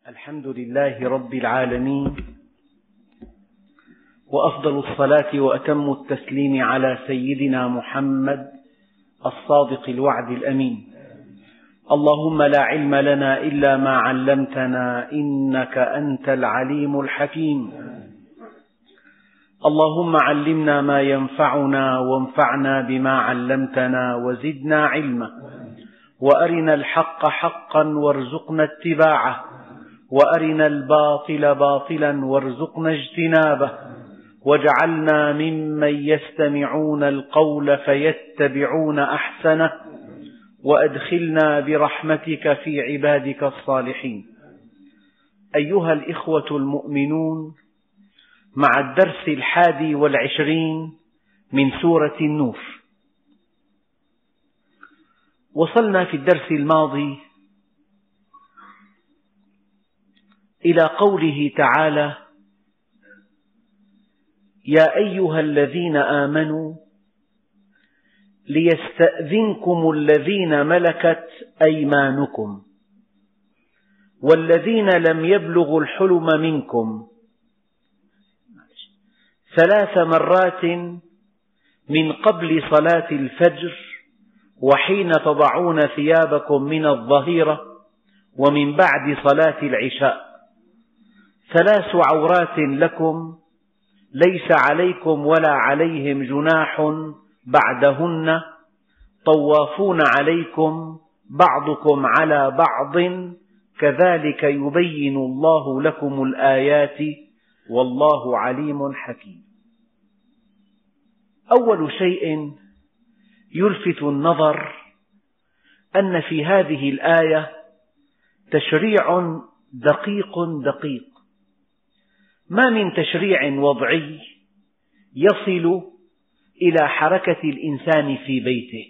الحمد لله رب العالمين، وأفضل الصلاة وأتم التسليم على سيدنا محمد الصادق الوعد الأمين. اللهم لا علم لنا إلا ما علمتنا إنك أنت العليم الحكيم. اللهم علمنا ما ينفعنا وانفعنا بما علمتنا وزدنا علما، وأرنا الحق حقا وارزقنا اتباعه، وأرنا الباطل باطلا وارزقنا اجتنابه، واجعلنا ممن يستمعون القول فيتبعون أحسنه، وأدخلنا برحمتك في عبادك الصالحين. أيها الإخوة المؤمنون، مع الدرس 21 من سورة النور. وصلنا في الدرس الماضي إلى قوله تعالى: يا أيها الذين آمنوا ليستأذنكم الذين ملكت أيمانكم والذين لم يبلغوا الحلم منكم 3 مرات من قبل صلاة الفجر، وحين تضعون ثيابكم من الظهيرة، ومن بعد صلاة العشاء. 3 عورات لكم ليس عليكم ولا عليهم جناح بعدهن، طوافون عليكم بعضكم على بعض، كذلك يبين الله لكم الآيات والله عليم حكيم. أول شيء يلفت النظر أن في هذه الآية تشريع دقيق، ما من تشريع وضعي يصل إلى حركة الإنسان في بيته.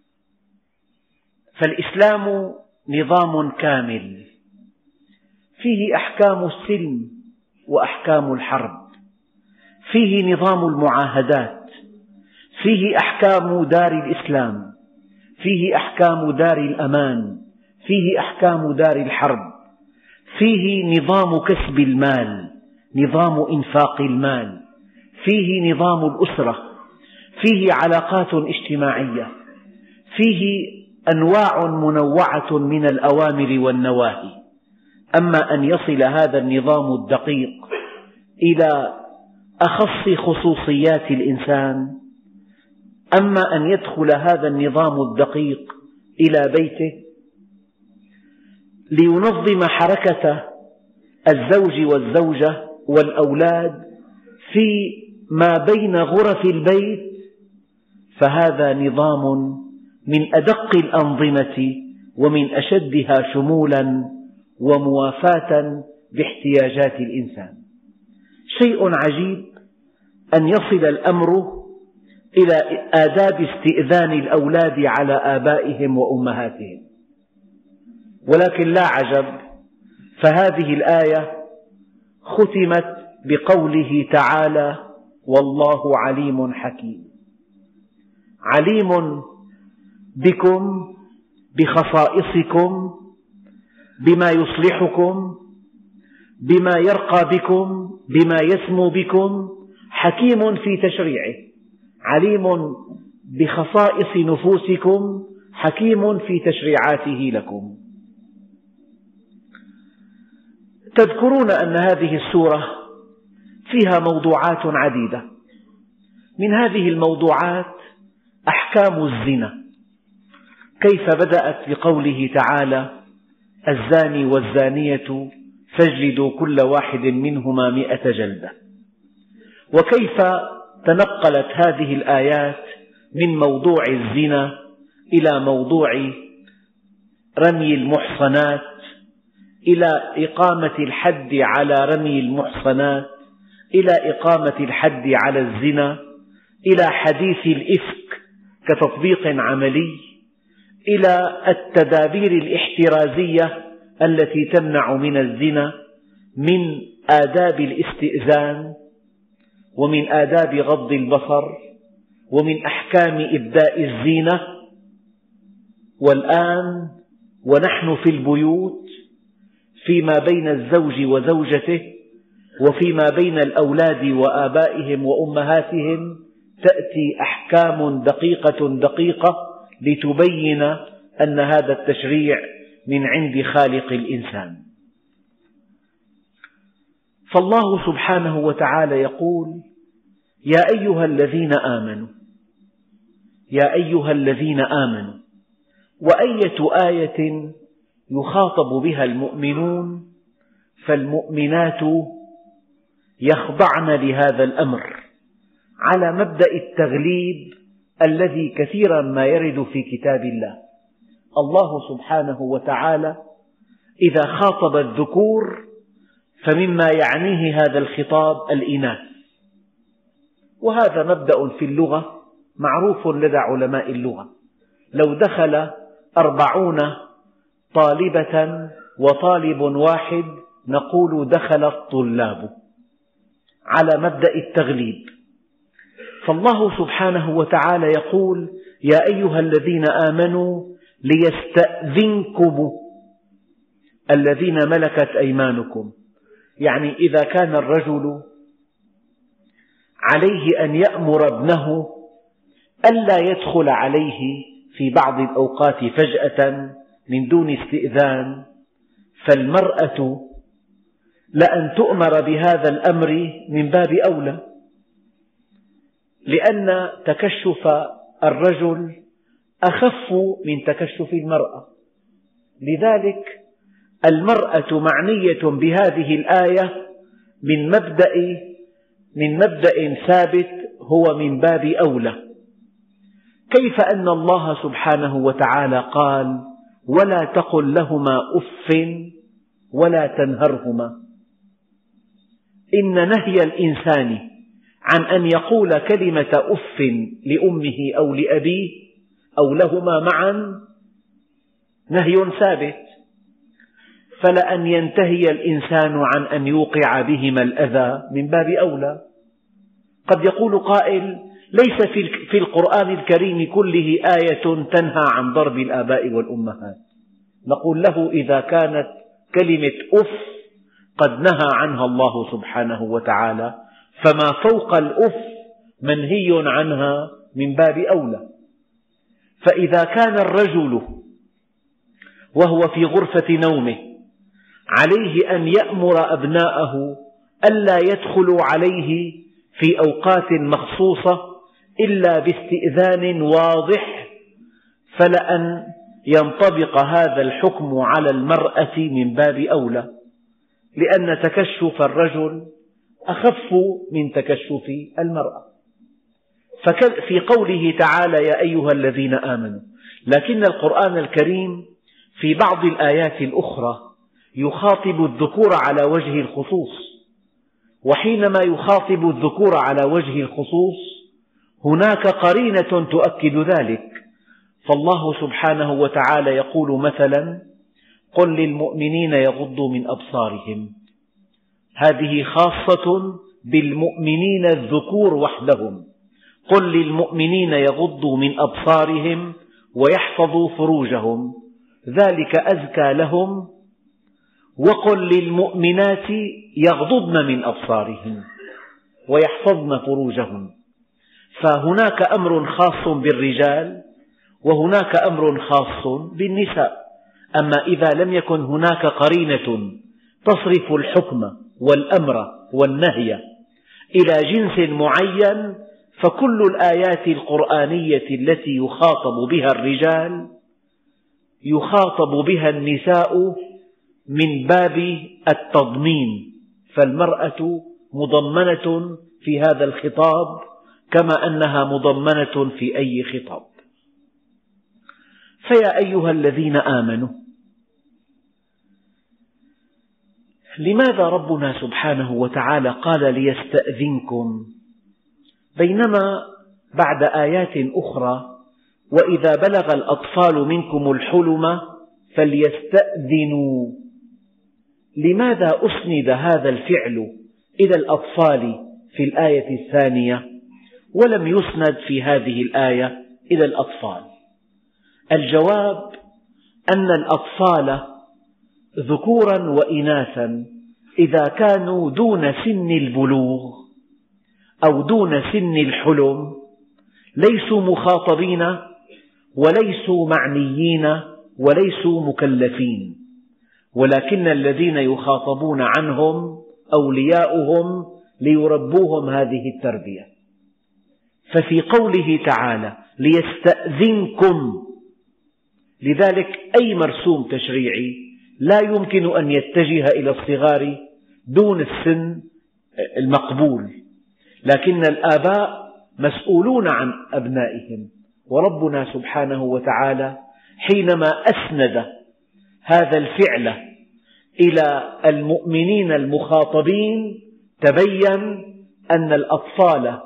فالإسلام نظام كامل فيه أحكام السلم وأحكام الحرب، فيه نظام المعاهدات، فيه أحكام دار الإسلام، فيه أحكام دار الأمان، فيه أحكام دار الحرب، فيه نظام كسب المال، نظام إنفاق المال، فيه نظام الأسرة، فيه علاقات اجتماعية، فيه أنواع منوعة من الأوامر والنواهي. أما أن يصل هذا النظام الدقيق إلى أخص خصوصيات الإنسان، أما أن يدخل هذا النظام الدقيق إلى بيته لينظم حركة الزوج والزوجة والأولاد في ما بين غرف البيت، فهذا نظام من أدق الأنظمة ومن أشدها شمولا وموافاة باحتياجات الإنسان. شيء عجيب أن يصل الأمر إلى آداب استئذان الأولاد على آبائهم وأمهاتهم، ولكن لا عجب، فهذه الآية ختمت بقوله تعالى: والله عليم حكيم. عليم بكم، بخصائصكم، بما يصلحكم، بما يرقى بكم، بما يسمو بكم، حكيم في تشريعه. عليم بخصائص نفوسكم، حكيم في تشريعاته لكم. تذكرون أن هذه السورة فيها موضوعات عديدة. من هذه الموضوعات أحكام الزنا، كيف بدأت بقوله تعالى: الزاني والزانية فاجلدوا كل واحد منهما 100 جلدة، وكيف تنقلت هذه الآيات من موضوع الزنا إلى موضوع رمي المحصنات، إلى إقامة الحد على رمي المحصنات، إلى إقامة الحد على الزنا، إلى حديث الإفك كتطبيق عملي، إلى التدابير الاحترازية التي تمنع من الزنا، من آداب الاستئذان، ومن آداب غض البصر، ومن أحكام إبداء الزينة. والآن ونحن في البيوت فيما بين الزوج وزوجته وفيما بين الأولاد وآبائهم وأمهاتهم، تأتي أحكام دقيقة لتبين أن هذا التشريع من عند خالق الإنسان. فالله سبحانه وتعالى يقول: يا أيها الذين آمنوا، وأية آية يخاطب بها المؤمنون، فالمؤمنات يخضعن لهذا الأمر على مبدأ التغليب الذي كثيرا ما يرد في كتاب الله. الله سبحانه وتعالى إذا خاطب الذكور فمما يعنيه هذا الخطاب الإناث، وهذا مبدأ في اللغة معروف لدى علماء اللغة. لو دخل 40 طالبة وطالب واحد نقول دخل الطلاب، على مبدأ التغليب. فالله سبحانه وتعالى يقول: يا أيها الذين آمنوا ليستأذنكم الذين ملكت أيمانكم. يعني إذا كان الرجل عليه أن يأمر ابنه ألا يدخل عليه في بعض الأوقات فجأة من دون استئذان، فالمرأة لأن تؤمر بهذا الأمر من باب أولى، لأن تكشف الرجل أخف من تكشف المرأة. لذلك المرأة معنية بهذه الآية من مبدأ ثابت هو من باب أولى. كيف أن الله سبحانه وتعالى قال: ولا تقل لهما أف ولا تنهرهما. إن نهي الإنسان عن أن يقول كلمة أف لأمه أو لأبيه أو لهما معا نهي ثابت، فلأن ينتهي الإنسان عن أن يوقع بهما الأذى من باب أولى. قد يقول قائل: ليس في القرآن الكريم كله آية تنهى عن ضرب الآباء والأمهات. نقول له: إذا كانت كلمة أف قد نهى عنها الله سبحانه وتعالى، فما فوق الأف منهي عنها من باب أولى. فإذا كان الرجل وهو في غرفة نومه عليه أن يأمر أبناءه ألا يدخلوا عليه في أوقات مخصوصة إلا باستئذان واضح، فلأن ينطبق هذا الحكم على المرأة من باب أولى، لأن تكشف الرجل أخف من تكشف المرأة. ففي قوله تعالى: يا أيها الذين آمنوا، لكن القرآن الكريم في بعض الآيات الأخرى يخاطب الذكور على وجه الخصوص، وحينما يخاطب الذكور على وجه الخصوص هناك قرينة تؤكد ذلك. فالله سبحانه وتعالى يقول مثلا: قل للمؤمنين يغضوا من أبصارهم. هذه خاصة بالمؤمنين الذكور وحدهم. قل للمؤمنين يغضوا من أبصارهم ويحفظوا فروجهم ذلك أزكى لهم، وقل للمؤمنات يغضضن من أبصارهن ويحفظن فروجهن. فهناك أمر خاص بالرجال وهناك أمر خاص بالنساء. أما إذا لم يكن هناك قرينة تصرف الحكم والأمر والنهي إلى جنس معين، فكل الآيات القرآنية التي يخاطب بها الرجال يخاطب بها النساء من باب التضمين، فالمرأة مضمنة في هذا الخطاب كما أنها مضمنة في أي خطاب. فيا أيها الذين آمنوا، لماذا ربنا سبحانه وتعالى قال ليستأذنكم، بينما بعد آيات أخرى: وإذا بلغ الأطفال منكم الحلم فليستأذنوا؟ لماذا أسند هذا الفعل إلى الأطفال في الآية الثانية ولم يسند في هذه الآية إلى الأطفال؟ الجواب أن الأطفال ذكورا وإناثا إذا كانوا دون سن البلوغ أو دون سن الحلم ليسوا مخاطبين وليسوا معنيين وليسوا مكلفين، ولكن الذين يخاطبون عنهم أولياؤهم ليربوهم هذه التربية. ففي قوله تعالى ليستأذنكم، لذلك أي مرسوم تشريعي لا يمكن أن يتجه إلى الصغار دون السن المقبول، لكن الآباء مسؤولون عن أبنائهم، وربنا سبحانه وتعالى حينما أسند هذا الفعل إلى المؤمنين المخاطبين تبين أن الأطفال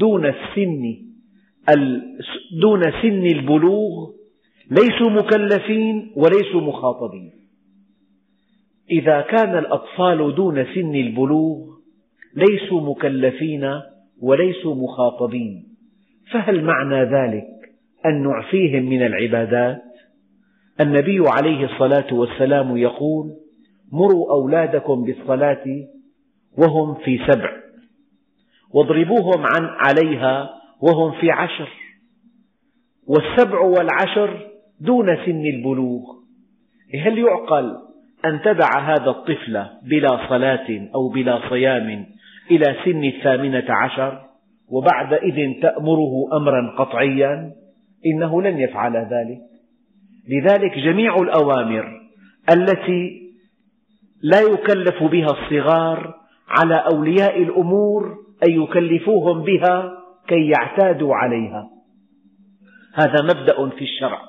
دون سن البلوغ ليسوا مكلفين وليسوا مخاطبين. إذا كان الأطفال دون سن البلوغ ليسوا مكلفين وليسوا مخاطبين، فهل معنى ذلك أن نعفيهم من العبادات؟ النبي عليه الصلاة والسلام يقول: مروا أولادكم بالصلاة وهم في 7، واضربوهم عليها وهم في 10، وال7 وال10 دون سن البلوغ. هل يعقل أن تدع هذا الطفل بلا صلاة أو بلا صيام إلى سن 18 وبعدئذ تأمره أمرا قطعيا؟ إنه لن يفعل ذلك. لذلك جميع الأوامر التي لا يكلف بها الصغار على أولياء الأمور أن يكلفوهم بها كي يعتادوا عليها. هذا مبدأ في الشرع.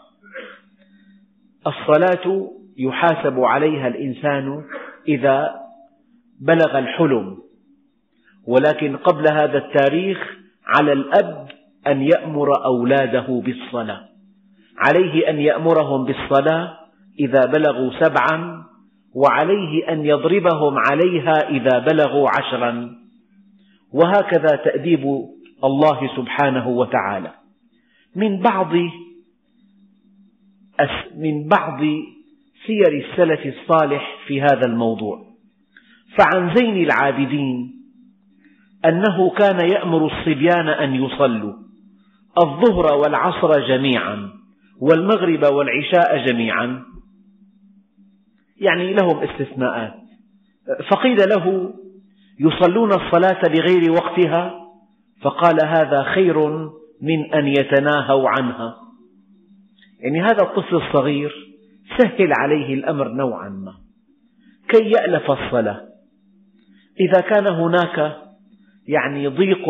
الصلاة يحاسب عليها الإنسان إذا بلغ الحلم، ولكن قبل هذا التاريخ على الأب أن يأمر أولاده بالصلاة، عليه أن يأمرهم بالصلاة إذا بلغوا 7، وعليه أن يضربهم عليها إذا بلغوا 10، وهكذا تأديب الله سبحانه وتعالى. من بعض سير السلف الصالح في هذا الموضوع، فعن زين العابدين أنه كان يأمر الصبيان أن يصلوا الظهر والعصر جميعا والمغرب والعشاء جميعا، يعني لهم استثناءات. فقيل له: يصلون الصلاة بغير وقتها؟ فقال: هذا خير من أن يتناهوا عنها. يعني هذا الطفل الصغير سهل عليه الأمر نوعا ما كي يألف الصلاة. إذا كان هناك ضيق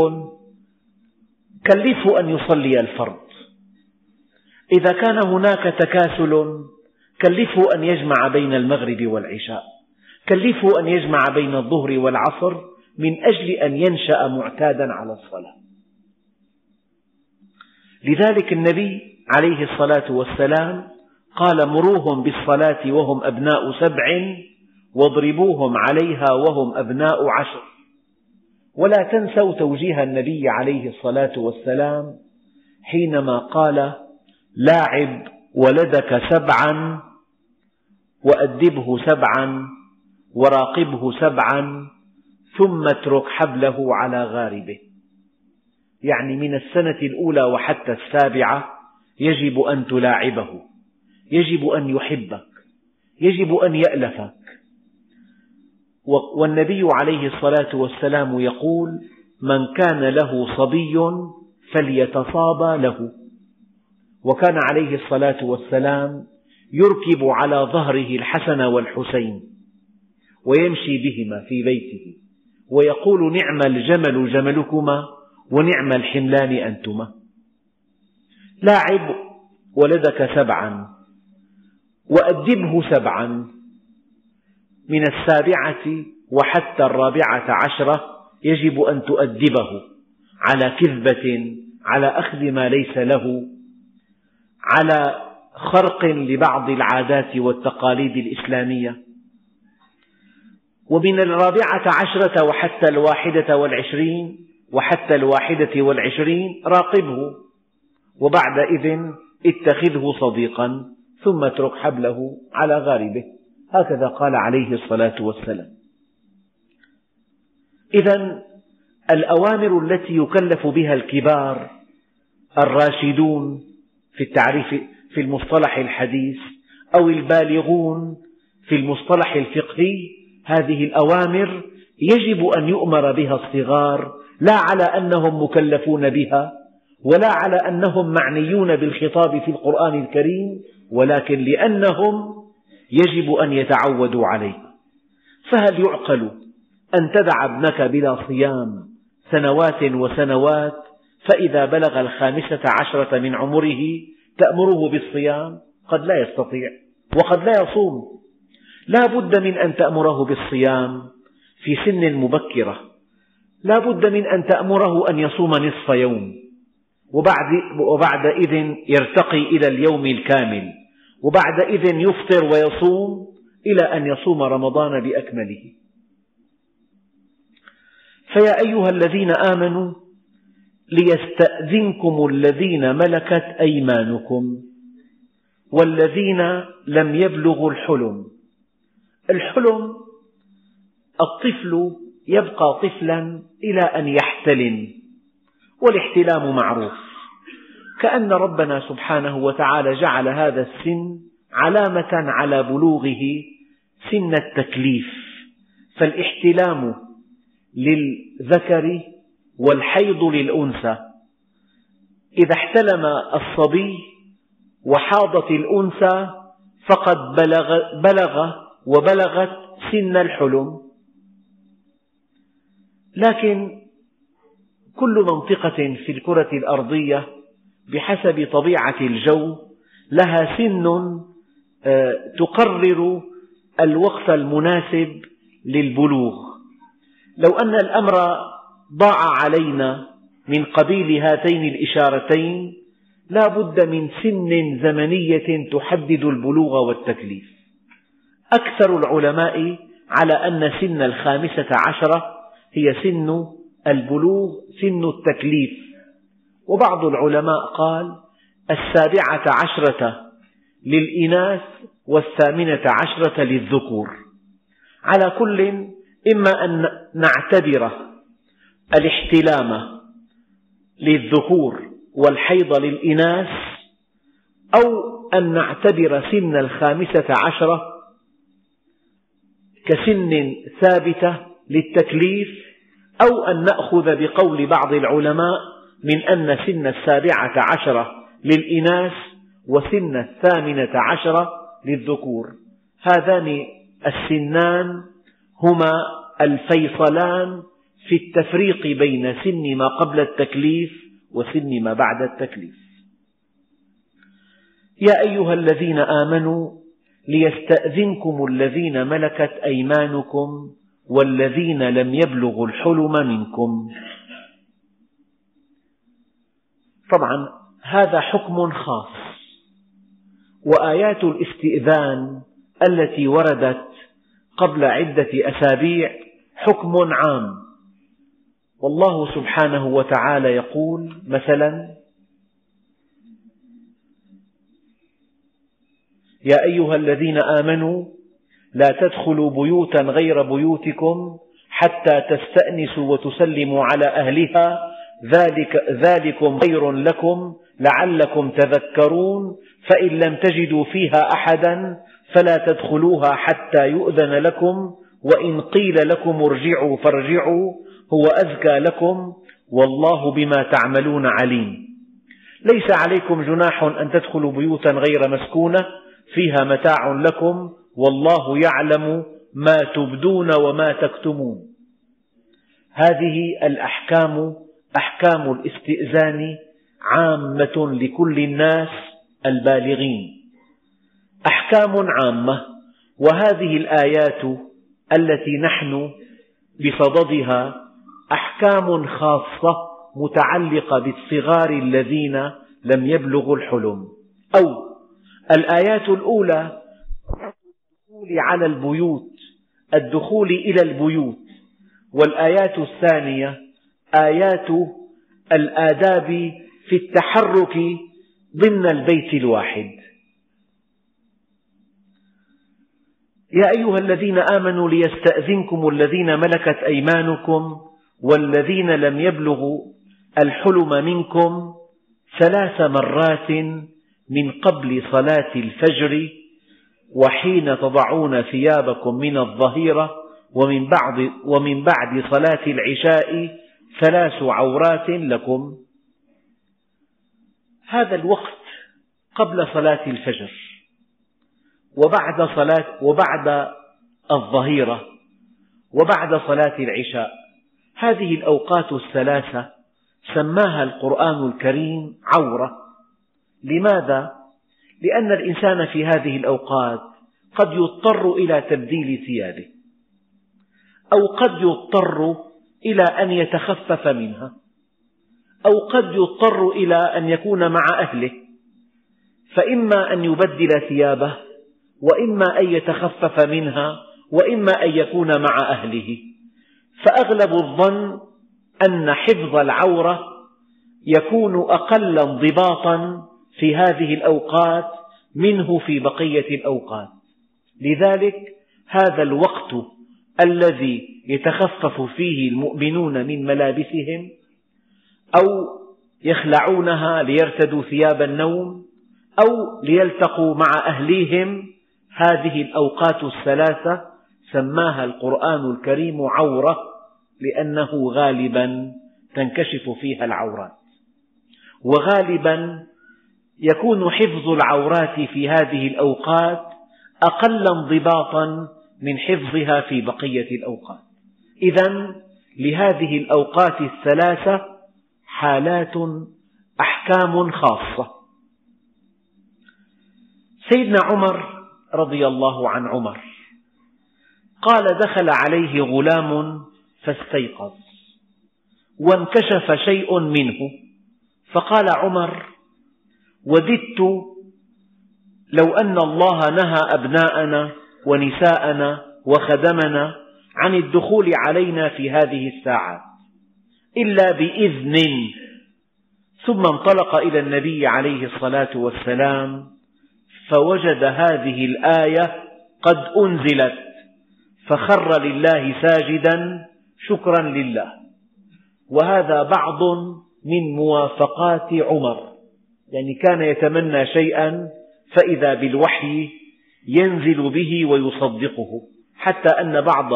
كلفه أن يصلي الفرض، إذا كان هناك تكاسل كلفه أن يجمع بين المغرب والعشاء، كلفه أن يجمع بين الظهر والعصر من أجل أن ينشأ معتادا على الصلاة. لذلك النبي عليه الصلاة والسلام قال: مروهم بالصلاة وهم أبناء 7 واضربوهم عليها وهم أبناء 10. ولا تنسوا توجيه النبي عليه الصلاة والسلام حينما قال: لاعب ولدك 7 وأدبه 7 وراقبه 7 ثم اترك حبله على غاربه. يعني من السنة الأولى وحتى 7 يجب أن تلاعبه، يجب أن يحبك، يجب أن يألفك. والنبي عليه الصلاة والسلام يقول: من كان له صبي فليتصابى له. وكان عليه الصلاة والسلام يركب على ظهره الحسن والحسين ويمشي بهما في بيته ويقول: نعم الجمل جملكما ونعم الحملان أنتما. لاعب ولدك 7 وأدبه 7، من 7 وحتى 14 يجب أن تؤدبه على كذبة، على أخذ ما ليس له، على خرق لبعض العادات والتقاليد الإسلامية. ومن 14 وحتى 21 وحتى 21 راقبه، وبعدئذ اتخذه صديقا ثم اترك حبله على غاربه. هكذا قال عليه الصلاة والسلام. إذن الأوامر التي يكلف بها الكبار الراشدون في التعريف في المصطلح الحديث أو البالغون في المصطلح الفقهي، هذه الأوامر يجب أن يؤمر بها الصغار، لا على أنهم مكلفون بها ولا على أنهم معنيون بالخطاب في القرآن الكريم، ولكن لأنهم يجب أن يتعودوا عليه. فهل يعقل أن تدع ابنك بلا صيام سنوات وسنوات، فإذا بلغ 15 من عمره تأمره بالصيام؟ قد لا يستطيع وقد لا يصوم. لا بد من أن تأمره بالصيام في سن مبكرة، لا بد من أن تأمره أن يصوم نصف يوم، وبعدئذ يرتقي إلى اليوم الكامل، وبعدئذ يفطر ويصوم إلى أن يصوم رمضان بأكمله. فيا أيها الذين آمنوا ليستأذنكم الذين ملكت أيمانكم والذين لم يبلغوا الحلم. الحلم الطفل يبقى طفلا إلى أن يحتلم، والاحتلام معروف، كأن ربنا سبحانه وتعالى جعل هذا السن علامة على بلوغه سن التكليف. فالاحتلام للذكر والحيض للأنثى. إذا احتلم الصبي وحاضت الأنثى فقد بلغت سن الحلم. لكن كل منطقة في الكرة الأرضية بحسب طبيعة الجو لها سن تقرر الوقت المناسب للبلوغ. لو أن الأمر ضاع علينا من قبيل هاتين الإشارتين لا بد من سن زمنية تحدد البلوغ والتكليف. أكثر العلماء على أن سن 15 هي سن البلوغ، سن التكليف، وبعض العلماء قال 17 للإناث و18 للذكور. على كل، إما أن نعتبر الاحتلام للذكور والحيض للإناث، أو أن نعتبر سن 15 كسن ثابتة للتكليف، أو أن نأخذ بقول بعض العلماء من أن سن 17 للإناث وسن 18 للذكور. هذان السنان هما الفيصلان في التفريق بين سن ما قبل التكليف وسن ما بعد التكليف. يا أيها الذين آمنوا ليستأذنكم الذين ملكت أيمانكم والذين لم يبلغوا الحلم منكم. طبعا هذا حكم خاص، وآيات الاستئذان التي وردت قبل عدة أسابيع حكم عام. والله سبحانه وتعالى يقول مثلا: يا أيها الذين آمنوا لا تدخلوا بيوتا غير بيوتكم حتى تستأنسوا وتسلموا على أهلها ذلكم خير لكم لعلكم تذكرون فإن لم تجدوا فيها أحدا فلا تدخلوها حتى يؤذن لكم وإن قيل لكم ارجعوا فارجعوا هو أزكى لكم والله بما تعملون عليم. ليس عليكم جناح أن تدخلوا بيوتا غير مسكونة فيها متاع لكم والله يعلم ما تبدون وما تكتمون. هذه الأحكام أحكام الاستئذان عامة لكل الناس البالغين، أحكام عامة. وهذه الآيات التي نحن بصددها أحكام خاصة متعلقة بالصغار الذين لم يبلغوا الحلم. أو الآيات الأولى الدخول على البيوت، الدخول إلى البيوت، والآيات الثانية آيات الآداب في التحرك ضمن البيت الواحد. يا أيها الذين آمنوا ليستأذنكم الذين ملكت أيمانكم والذين لم يبلغوا الحلم منكم 3 مرات من قبل صلاة الفجر وحين تضعون ثيابكم من الظهيرة ومن بعد صلاة العشاء 3 عورات لكم. هذا الوقت قبل صلاة الفجر وبعد الظهيرة وبعد صلاة العشاء، هذه الأوقات ال3 سماها القرآن الكريم عورة. لماذا؟ لأن الإنسان في هذه الأوقات قد يضطر إلى تبديل ثيابه، أو قد يضطر إلى أن يتخفف منها، أو قد يضطر إلى أن يكون مع أهله، فإما أن يبدل ثيابه، وإما أن يتخفف منها، وإما أن يكون مع أهله. فأغلب الظن أن حفظ العورة يكون أقل انضباطا في هذه الأوقات منه في بقية الأوقات. لذلك هذا الوقت الذي يتخفف فيه المؤمنون من ملابسهم أو يخلعونها ليرتدوا ثياب النوم أو ليلتقوا مع أهليهم، هذه الأوقات ال3 سماها القرآن الكريم عورة، لأنه غالبا تنكشف فيها العورات، وغالبا يكون حفظ العورات في هذه الأوقات أقل انضباطا من حفظها في بقية الأوقات. إذن لهذه الأوقات ال3 حالات أحكام خاصة. سيدنا عمر رضي الله عن عمر قال: دخل عليه غلام فاستيقظ وانكشف شيء منه، فقال عمر: وددت لو أن الله نهى أبناءنا ونساءنا وخدمنا عن الدخول علينا في هذه الساعات إلا بإذن. ثم انطلق إلى النبي عليه الصلاة والسلام فوجد هذه الآية قد أنزلت، فخر لله ساجدا شكرا لله. وهذا بعض من موافقات عمر، يعني كان يتمنى شيئا فإذا بالوحي ينزل به ويصدقه، حتى أن بعض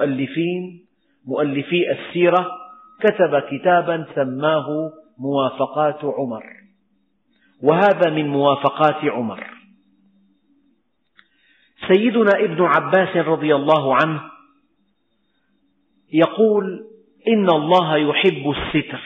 مؤلفي السيرة كتب كتابا سماه موافقات عمر، وهذا من موافقات عمر. سيدنا ابن عباس رضي الله عنه يقول: إن الله يحب الستر،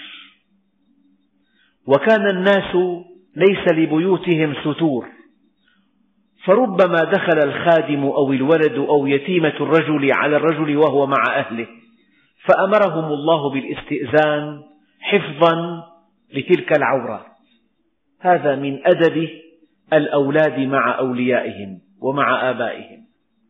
وكان الناس ليس لبيوتهم ستور، فربما دخل الخادم أو الولد أو يتيمة الرجل على الرجل وهو مع أهله، فأمرهم الله بالاستئذان حفظا لتلك العورات. هذا من أدب الأولاد مع أوليائهم ومع آبائهم.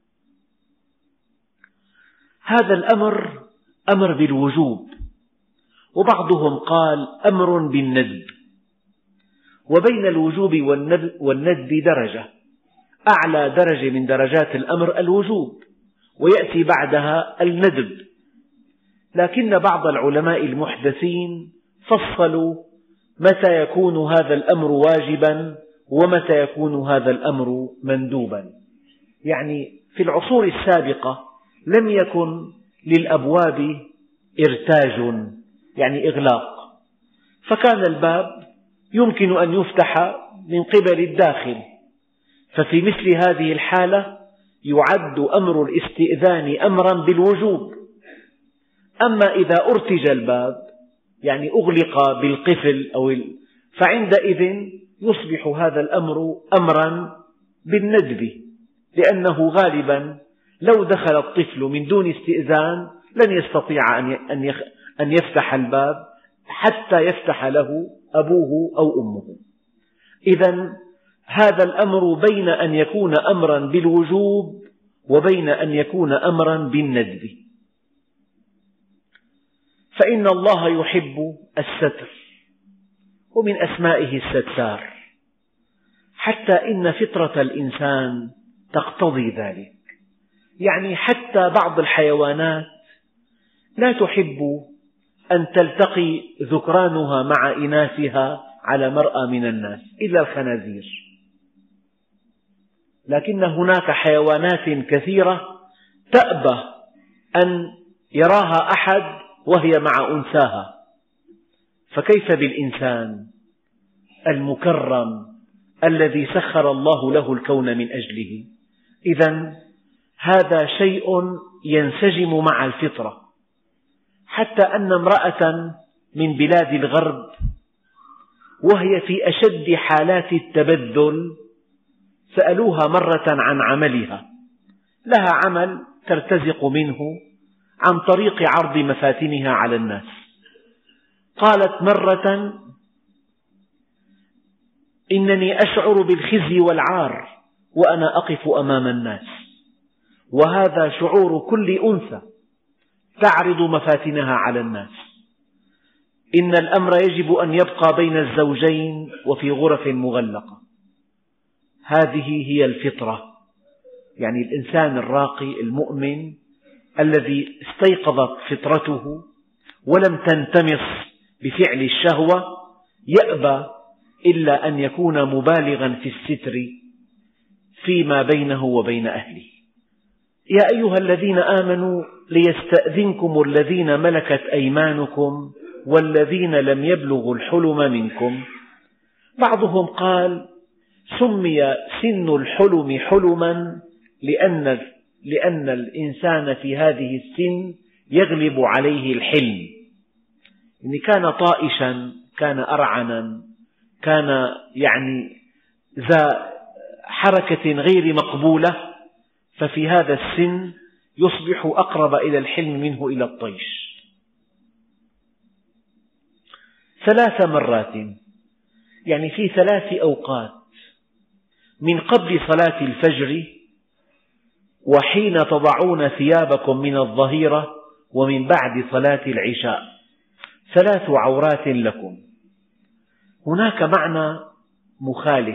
هذا الأمر أمر بالوجوب، وبعضهم قال أمر بالندب، وبين الوجوب والندب درجة، أعلى درجة من درجات الأمر الوجوب، ويأتي بعدها الندب. لكن بعض العلماء المحدثين فصلوا متى يكون هذا الأمر واجبا ومتى يكون هذا الأمر مندوبا. يعني في العصور السابقة لم يكن للأبواب إرتاج، يعني إغلاق، فكان الباب يمكن أن يفتح من قبل الداخل، ففي مثل هذه الحالة يعد أمر الاستئذان أمرا بالوجوب. أما إذا أرتج الباب، يعني أغلق بالقفل فعندئذ يصبح هذا الأمر أمرا بالندب، لأنه غالبا لو دخل الطفل من دون استئذان لن يستطيع أن يفتح الباب حتى يفتح له أبوه أو أمه. إذن هذا الأمر بين أن يكون أمرا بالوجوب وبين أن يكون أمرا بالندب. فإن الله يحب الستر، ومن أسمائه الستار، حتى إن فطرة الإنسان تقتضي ذلك. يعني حتى بعض الحيوانات لا تحب أن تلتقي ذكرانها مع إناثها على مرأى من الناس إلا الخنازير، لكن هناك حيوانات كثيرة تأبى أن يراها أحد وهي مع أنثاها، فكيف بالإنسان المكرم الذي سخر الله له الكون من أجله؟ إذن هذا شيء ينسجم مع الفطرة، حتى أن امرأة من بلاد الغرب وهي في أشد حالات التبذل سألوها مرة عن عملها، لها عمل ترتزق منه عن طريق عرض مفاتنها على الناس. قالت مرة: إنني أشعر بالخزي والعار وأنا أقف أمام الناس، وهذا شعور كل أنثى تعرض مفاتنها على الناس. إن الأمر يجب أن يبقى بين الزوجين وفي غرف مغلقة. هذه هي الفطرة، يعني الإنسان الراقي المؤمن الذي استيقظت فطرته ولم تنتمص بفعل الشهوة يأبى إلا أن يكون مبالغا في الستر فيما بينه وبين أهله. يا أيها الذين آمنوا ليستأذنكم الذين ملكت أيمانكم والذين لم يبلغوا الحلم منكم. بعضهم قال: سمي سن الحلم حلما لأن الإنسان في هذه السن يغلب عليه الحلم، إن كان طائشا، كان أرعنا، كان يعني ذا حركة غير مقبولة، ففي هذا السن يصبح أقرب إلى الحلم منه إلى الطيش. 3 مرات، يعني في 3 أوقات: من قبل صلاة الفجر، وحين تضعون ثيابكم من الظهيرة، ومن بعد صلاة العشاء، 3 عورات لكم. هناك معنى مخالف.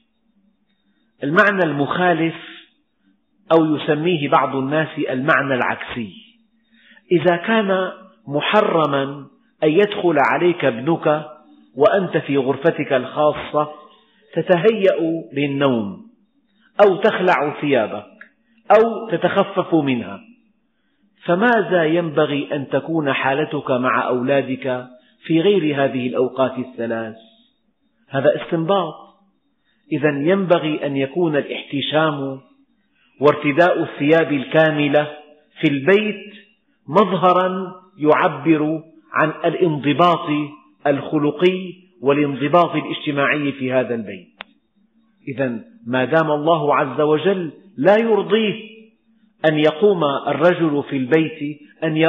المعنى المخالف أو يسميه بعض الناس المعنى العكسي. إذا كان محرما أن يدخل عليك ابنك وأنت في غرفتك الخاصة تتهيأ للنوم أو تخلع ثيابك أو تتخفف منها، فماذا ينبغي أن تكون حالتك مع أولادك في غير هذه الأوقات ال3؟ هذا استنباط. إذن ينبغي أن يكون الاحتشام وارتداء الثياب الكاملة في البيت مظهرا يعبر عن الانضباط الخلقي والانضباط الاجتماعي في هذا البيت. إذن ما دام الله عز وجل لا يرضيه أن يقوم الرجل في البيت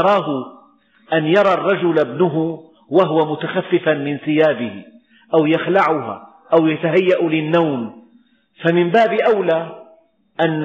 أن يرى الرجل ابنه وهو متخففا من ثيابه أو يخلعها أو يتهيأ للنوم، فمن باب أولى أن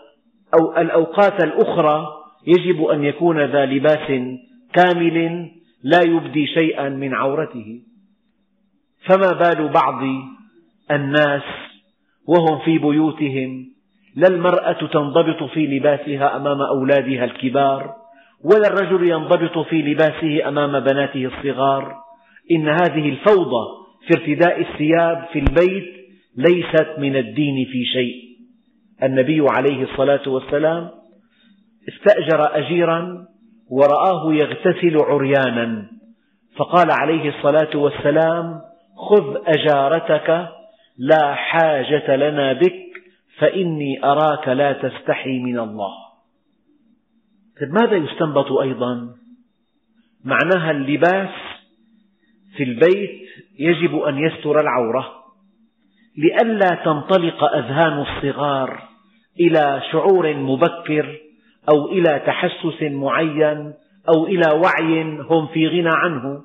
الأوقات الأخرى يجب أن يكون ذا لباس كامل لا يبدي شيئا من عورته. فما بال بعض الناس وهم في بيوتهم لا المرأة تنضبط في لباسها أمام أولادها الكبار، ولا الرجل ينضبط في لباسه أمام بناته الصغار. إن هذه الفوضى في ارتداء الثياب في البيت ليست من الدين في شيء. النبي عليه الصلاة والسلام استأجر أجيرا ورآه يغتسل عريانا، فقال عليه الصلاة والسلام: خذ أجارتك، لا حاجة لنا بك، فإني أراك لا تستحي من الله. ماذا يستنبط أيضا؟ معناها اللباس في البيت يجب أن يستر العورة لئلا تنطلق أذهان الصغار إلى شعور مبكر أو إلى تحسس معين أو إلى وعي هم في غنى عنه.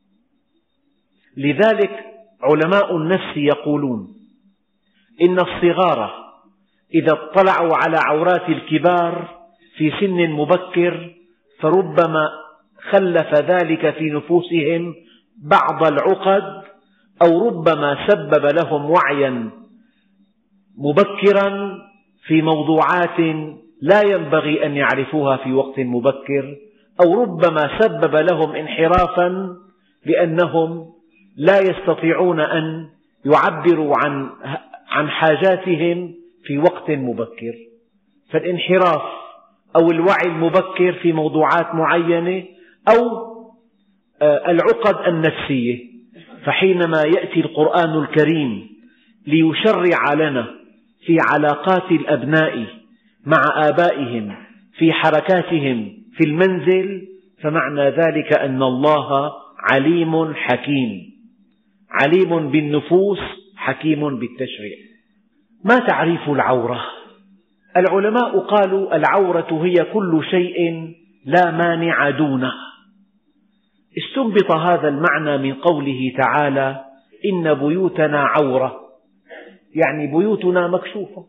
لذلك علماء النفس يقولون إن الصغار إذا اطلعوا على عورات الكبار في سن مبكر فربما خلف ذلك في نفوسهم بعض العقد، أو ربما سبب لهم وعيا مبكرا في موضوعات لا ينبغي أن يعرفوها في وقت مبكر، أو ربما سبب لهم انحرافا بأنهم لا يستطيعون أن يعبروا عن حاجاتهم في وقت مبكر. فالانحراف أو الوعي المبكر في موضوعات معينة، أو العقد النفسية. فحينما يأتي القرآن الكريم ليشرع لنا في علاقات الأبناء مع آبائهم، في حركاتهم في المنزل، فمعنى ذلك أن الله عليم حكيم، عليم بالنفوس حكيم بالتشريع. ما تعريف العورة؟ العلماء قالوا العورة هي كل شيء لا مانع دونه. استنبط هذا المعنى من قوله تعالى: إن بيوتنا عورة، يعني بيوتنا مكشوفة،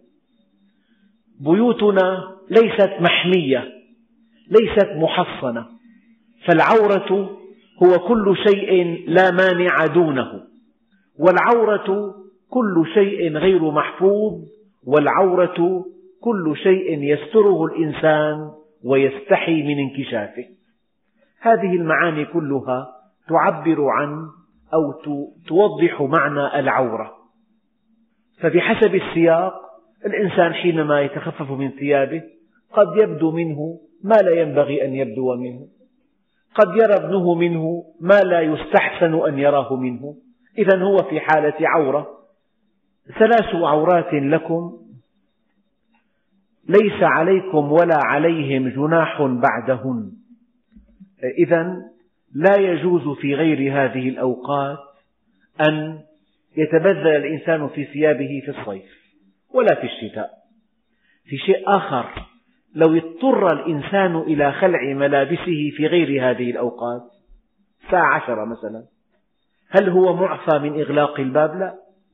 بيوتنا ليست محمية، ليست محصنة. فالعورة هو كل شيء لا مانع دونه، والعورة كل شيء غير محفوظ، والعورة كل شيء يستره الإنسان ويستحي من انكشافه. هذه المعاني كلها تعبر عن أو توضح معنى العورة. فبحسب السياق الإنسان حينما يتخفف من ثيابه قد يبدو منه ما لا ينبغي أن يبدو منه، قد يرى ابنه منه ما لا يستحسن أن يراه منه، إذن هو في حالة عورة. 3 عورات لكم ليس عليكم ولا عليهم جناح بعدهن. إذن لا يجوز في غير هذه الأوقات أن يتبذل الإنسان في ثيابه في الصيف ولا في الشتاء. في شيء آخر، لو اضطر الإنسان إلى خلع ملابسه في غير هذه الأوقات، الساعة 10 مثلا، هل هو معفى من إغلاق الباب؟ لا.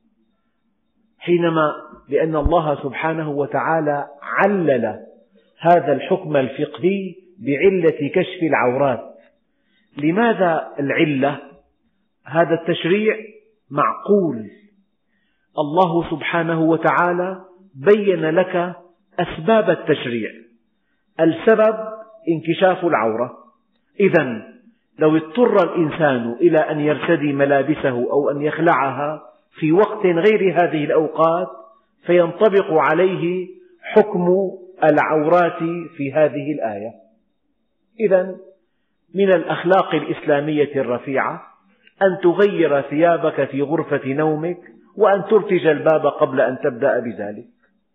حينما لأن الله سبحانه وتعالى علل هذا الحكم الفقهي بعلة كشف العورات. لماذا العلة؟ هذا التشريع معقول. الله سبحانه وتعالى بين لك أسباب التشريع. السبب انكشاف العورة. إذن لو اضطر الإنسان إلى أن يرتدي ملابسه أو أن يخلعها في وقت غير هذه الأوقات، فينطبق عليه حكم العورات في هذه الآية. إذن من الأخلاق الإسلامية الرفيعة أن تغير ثيابك في غرفة نومك، وأن ترتج الباب قبل أن تبدأ بذلك.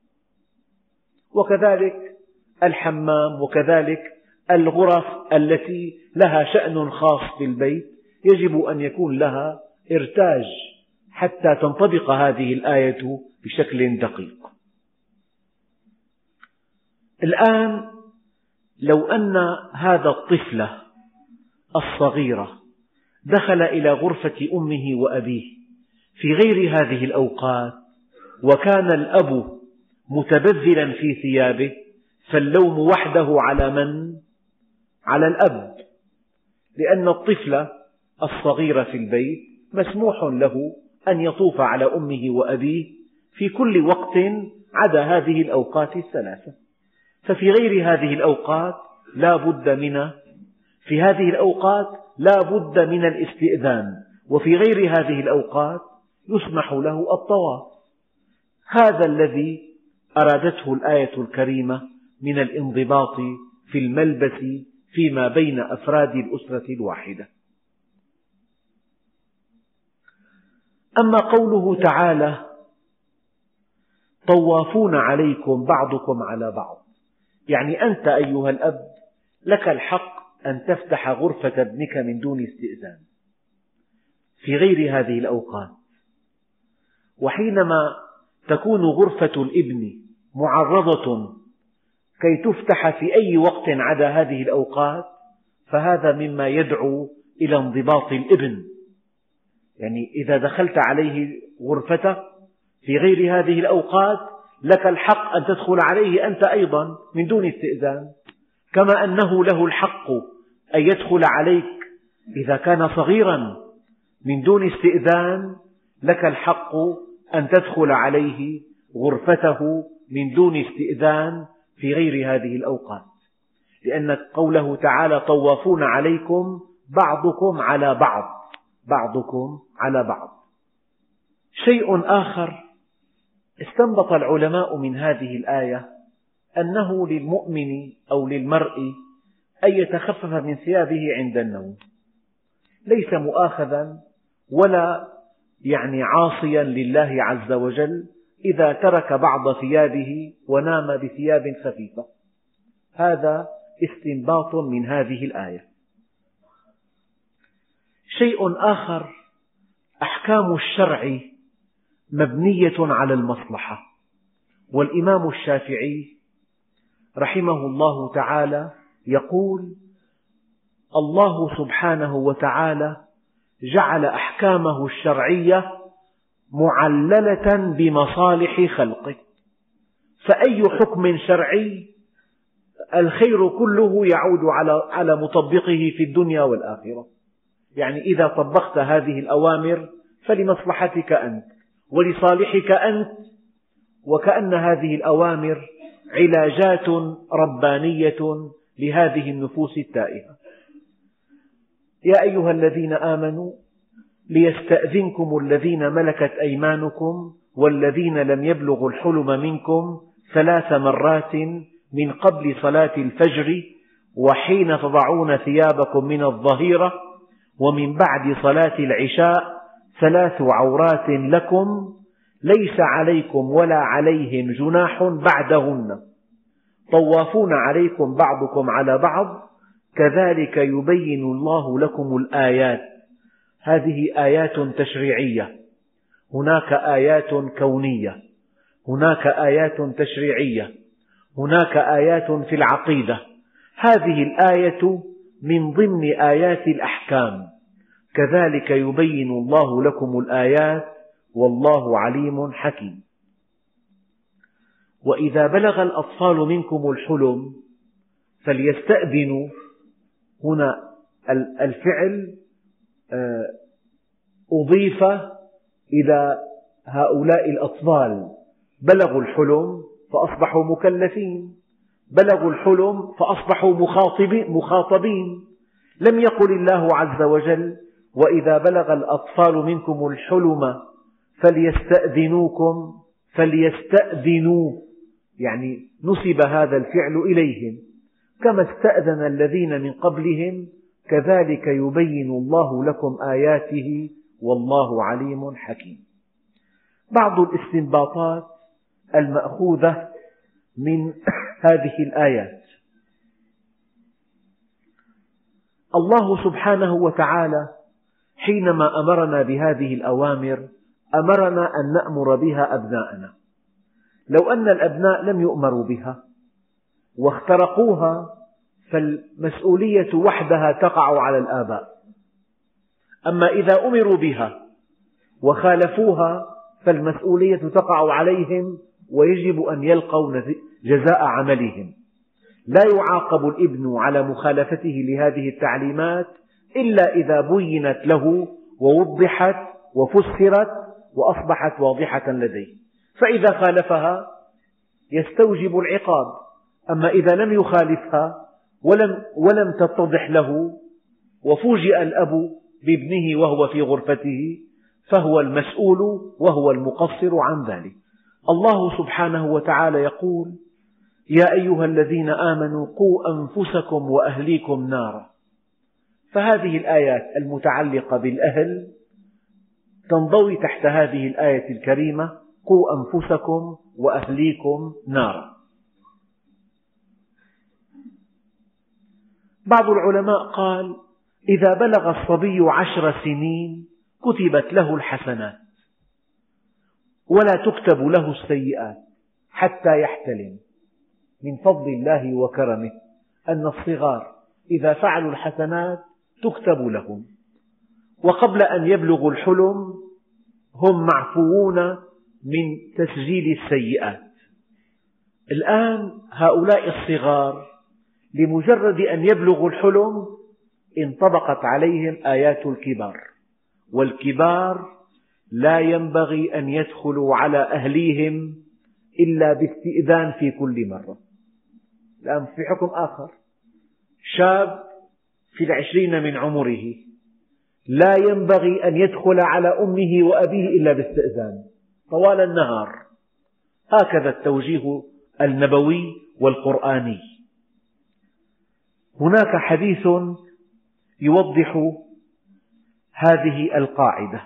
وكذلك الحمام، وكذلك الغرف التي لها شأن خاص بالبيت يجب أن يكون لها إرتاج حتى تنطبق هذه الآية بشكل دقيق. الآن لو أن هذا الطفل الصغير دخل إلى غرفة أمه وأبيه في غير هذه الأوقات، وكان الأب متبذلا في ثيابه، فاللوم وحده على من؟ على الأب، لأن الطفل الصغير في البيت مسموح له أن يطوف على أمه وأبيه في كل وقت عدا هذه الأوقات الثلاثة. ففي غير هذه الأوقات لا بد من الاستئذان، وفي غير هذه الأوقات يسمح له الطواف. هذا الذي أرادته الآية الكريمة من الانضباط في الملبس فيما بين أفراد الأسرة الواحدة. أما قوله تعالى: طوافون عليكم بعضكم على بعض، يعني أنت أيها الأب لك الحق أن تفتح غرفة ابنك من دون استئذان في غير هذه الأوقات. وحينما تكون غرفة الابن معرضة كي تفتح في أي وقت عدا هذه الأوقات، فهذا مما يدعو إلى انضباط الابن. يعني إذا دخلت عليه غرفته في غير هذه الأوقات لك الحق أن تدخل عليه أنت أيضا من دون استئذان، كما أنه له الحق أن يدخل عليك إذا كان صغيرا من دون استئذان. لك الحق أن تدخل عليه غرفته من دون استئذان في غير هذه الأوقات، لأن قوله تعالى طوافون عليكم بعضكم على بعض، بعضكم على بعض. شيء آخر استنبط العلماء من هذه الآية أنه للمؤمن أو للمرء أن يتخفف من ثيابه عند النوم، ليس مؤاخذا ولا عاصيا لله عز وجل إذا ترك بعض ثيابه ونام بثياب خفيفة. هذا استنباط من هذه الآية. شيء آخر، أحكام الشرع مبنية على المصلحة، والإمام الشافعي رحمه الله تعالى يقول: الله سبحانه وتعالى جعل أحكامه الشرعية معللة بمصالح خلقه، فأي حكم شرعي الخير كله يعود على مطبقه في الدنيا والآخرة. يعني إذا طبقت هذه الأوامر فلمصلحتك أنت ولصالحك أنت، وكأن هذه الأوامر علاجات ربانية لهذه النفوس التائهة. يا أيها الذين آمنوا ليستأذنكم الذين ملكت أيمانكم والذين لم يبلغوا الحلم منكم 3 مرات من قبل صلاة الفجر وحين تضعون ثيابكم من الظهيرة ومن بعد صلاة العشاء 3 عورات لكم ليس عليكم ولا عليهم جناح بعدهن طوافون عليكم بعضكم على بعض كذلك يبين الله لكم الآيات. هذه آيات تشريعية، هناك آيات كونية، هناك آيات تشريعية، هناك آيات في العقيدة. هذه الآية من ضمن آيات الأحكام، كذلك يبين الله لكم الآيات والله عليم حكيم. وإذا بلغ الأطفال منكم الحلم فليستأذنوا. هنا الفعل أضيف إلى هؤلاء الأطفال، بلغوا الحلم فأصبحوا مكلفين، بلغوا الحلم فأصبحوا مخاطبين. لم يقل الله عز وجل: وإذا بلغ الأطفال منكم الحلم فليستأذنوكم، فليستأذنوا، يعني نسب هذا الفعل إليهم، كما استأذن الذين من قبلهم كذلك يبين الله لكم آياته والله عليم حكيم. بعض الاستنباطات المأخوذة من هذه الآيات: الله سبحانه وتعالى حينما أمرنا بهذه الأوامر أمرنا أن نأمر بها أبناءنا. لو أن الأبناء لم يؤمروا بها واخترقوها فالمسؤولية وحدها تقع على الآباء، أما إذا أمروا بها وخالفوها فالمسؤولية تقع عليهم ويجب أن يلقوا جزاء عملهم. لا يعاقب الابن على مخالفته لهذه التعليمات إلا إذا بينت له ووضحت وفسرت وأصبحت واضحة لديه، فإذا خالفها يستوجب العقاب. أما إذا لم يخالفها ولم تتضح له وفوجئ الأب بابنه وهو في غرفته فهو المسؤول وهو المقصر عن ذلك. الله سبحانه وتعالى يقول: يا أيها الذين آمنوا قوا أنفسكم وأهليكم نارا. فهذه الآيات المتعلقة بالأهل تنضوي تحت هذه الآية الكريمة: قوا أنفسكم وأهليكم نارا. بعض العلماء قال: إذا بلغ الصبي 10 سنين كتبت له الحسنات ولا تكتب له السيئات حتى يحتلم. من فضل الله وكرمه أن الصغار إذا فعلوا الحسنات تكتب لهم، وقبل أن يبلغوا الحلم هم معفوون من تسجيل السيئات. الآن هؤلاء الصغار لمجرد أن يبلغوا الحلم انطبقت عليهم آيات الكبار، والكبار لا ينبغي أن يدخلوا على أهليهم إلا باستئذان في كل مرة. الآن في حكم آخر. شاب في 20 من عمره لا ينبغي أن يدخل على أمه وأبيه إلا باستئذان طوال النهار. هكذا التوجيه النبوي والقرآني. هناك حديث يوضح هذه القاعدة.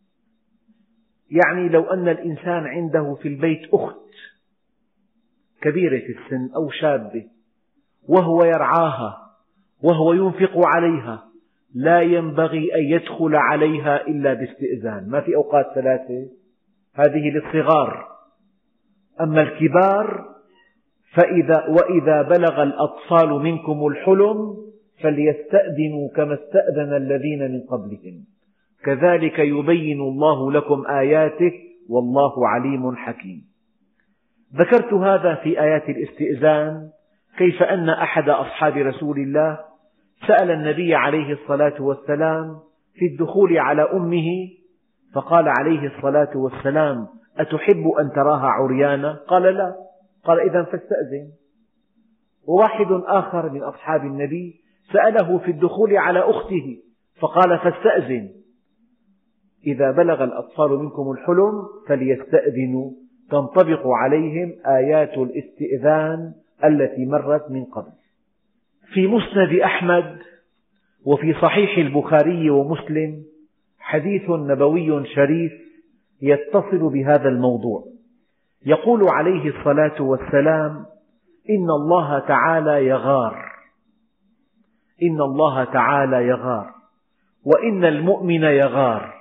يعني لو أن الإنسان عنده في البيت أخت كبيرة السن أو شابة وهو يرعاها وهو ينفق عليها، لا ينبغي أن يدخل عليها إلا باستئذان. ما في أوقات ثلاثة، هذه للصغار. أما الكبار وإذا بلغ الأطفال منكم الحلم فليستأذنوا كما استأذن الذين من قبلهم كذلك يبين الله لكم آياته والله عليم حكيم. ذكرت هذا في آيات الاستئذان، كيف أن أحد أصحاب رسول الله سأل النبي عليه الصلاة والسلام في الدخول على أمه، فقال عليه الصلاة والسلام: أتحب أن تراها عريانة؟ قال لا. قال: إذن فاستأذن. وواحد آخر من أصحاب النبي سأله في الدخول على أخته فقال: فاستأذن. إذا بلغ الأطفال منكم الحلم فليستأذنوا، تنطبق عليهم آيات الاستئذان التي مرت من قبل. في مسند أحمد وفي صحيح البخاري ومسلم حديث نبوي شريف يتصل بهذا الموضوع. يقول عليه الصلاة والسلام: إن الله تعالى يغار، إن الله تعالى يغار، وإن المؤمن يغار،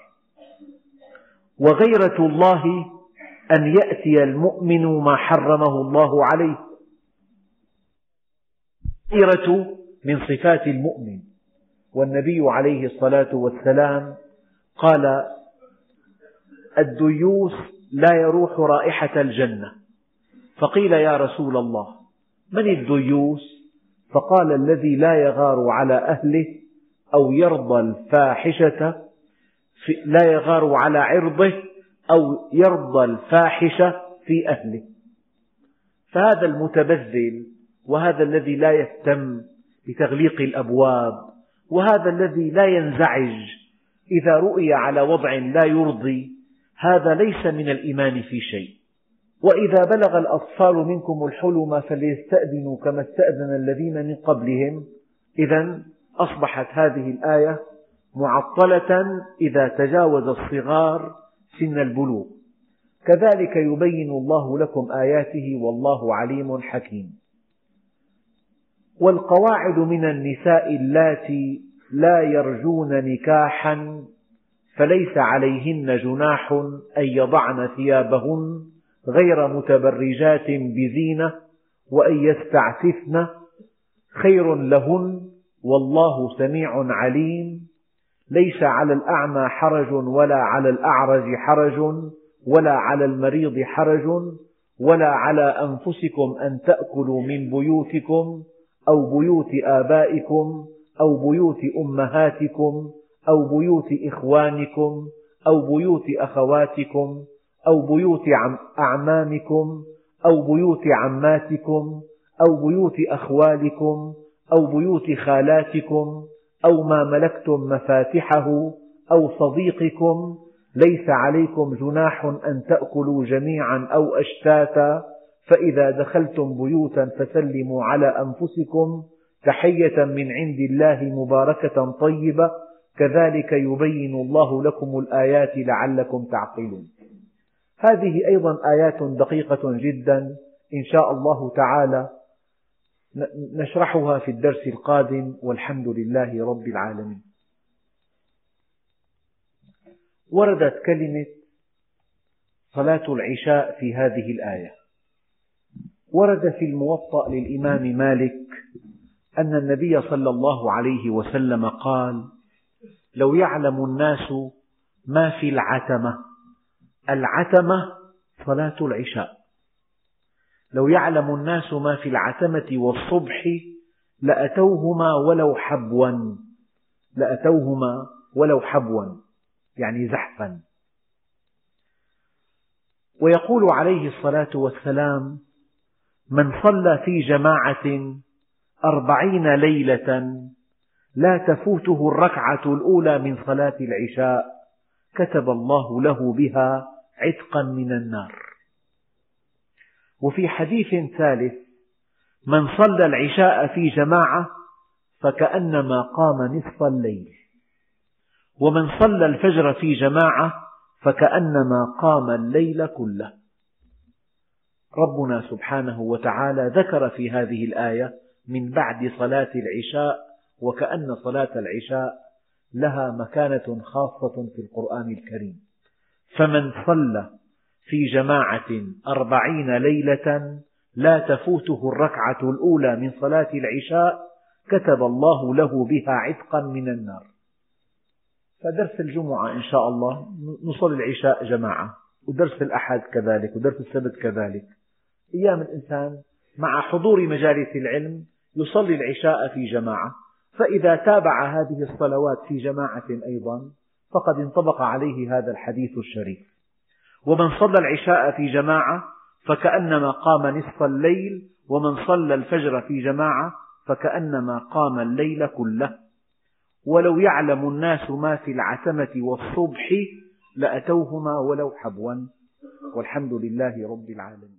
وغيرة الله أن يأتي المؤمن ما حرمه الله عليه. غيرة من صفات المؤمن. والنبي عليه الصلاة والسلام قال: الديوث لا يروح رائحة الجنة. فقيل: يا رسول الله من الديوث؟ فقال: الذي لا يغار على أهله أو يرضى الفاحشة، لا يغار على عرضه أو يرضى الفاحشة في أهله. فهذا المتبذل، وهذا الذي لا يهتم بتغليق الأبواب، وهذا الذي لا ينزعج إذا رؤي على وضع لا يرضي، هذا ليس من الإيمان في شيء. وإذا بلغ الأطفال منكم الحلم فليستأذنوا كما استأذن الذين من قبلهم. إذن أصبحت هذه الآية معطلة إذا تجاوز الصغار سن البلوغ. كذلك يبين الله لكم آياته والله عليم حكيم. والقواعد من النساء اللاتي لا يرجون نكاحا فليس عليهن جناح أن يضعن ثيابهن غير متبرجات بزينة وأن يستعففن خير لهن والله سميع عليم. ليس على الأعمى حرج ولا على الأعرج حرج ولا على المريض حرج ولا على أنفسكم أن تأكلوا من بيوتكم أو بيوت آبائكم أو بيوت أمهاتكم أو بيوت إخوانكم أو بيوت أخواتكم أو بيوت أعمامكم أو بيوت عماتكم أو بيوت أخوالكم أو بيوت خالاتكم أو ما ملكتم مفاتحه أو صديقكم. ليس عليكم جناح أن تأكلوا جميعا أو أشتاتا، فإذا دخلتم بيوتا فسلموا على أنفسكم تحية من عند الله مباركة طيبة، كذلك يبين الله لكم الآيات لعلكم تعقلون. هذه أيضا آيات دقيقة جدا إن شاء الله تعالى نشرحها في الدرس القادم، والحمد لله رب العالمين. وردت كلمة صلاة العشاء في هذه الآية. ورد في الموطأ للإمام مالك أن النبي صلى الله عليه وسلم قال: لو يعلم الناس ما في العتمة، العتمة صلاة العشاء، لو يعلم الناس ما في العتمة والصبح لأتوهما ولو حبوا، لأتوهما ولو حبوا يعني زحفا. ويقول عليه الصلاة والسلام: من صلى في جماعة 40 ليلة لا تفوته الركعة الأولى من صلاة العشاء كتب الله له بها عتقا من النار. وفي حديث ثالث: من صلى العشاء في جماعة فكأنما قام نصف الليل، ومن صلى الفجر في جماعة فكأنما قام الليل كله. ربنا سبحانه وتعالى ذكر في هذه الآية من بعد صلاة العشاء، وكأن صلاة العشاء لها مكانة خاصة في القرآن الكريم. فمن صلى في جماعة 40 ليلة لا تفوته الركعة الأولى من صلاة العشاء كتب الله له بها عتقا من النار. فدرس الجمعة إن شاء الله نصلي العشاء جماعة، ودرس الأحد كذلك، ودرس السبت كذلك. أيام الإنسان مع حضور مجالس العلم يصلي العشاء في جماعة، فإذا تابع هذه الصلوات في جماعة أيضا فقد انطبق عليه هذا الحديث الشريف. ومن صلى العشاء في جماعة فكأنما قام نصف الليل، ومن صلى الفجر في جماعة فكأنما قام الليل كله. ولو يعلم الناس ما في العتمة والصبح لأتوهما ولو حبوا. والحمد لله رب العالمين.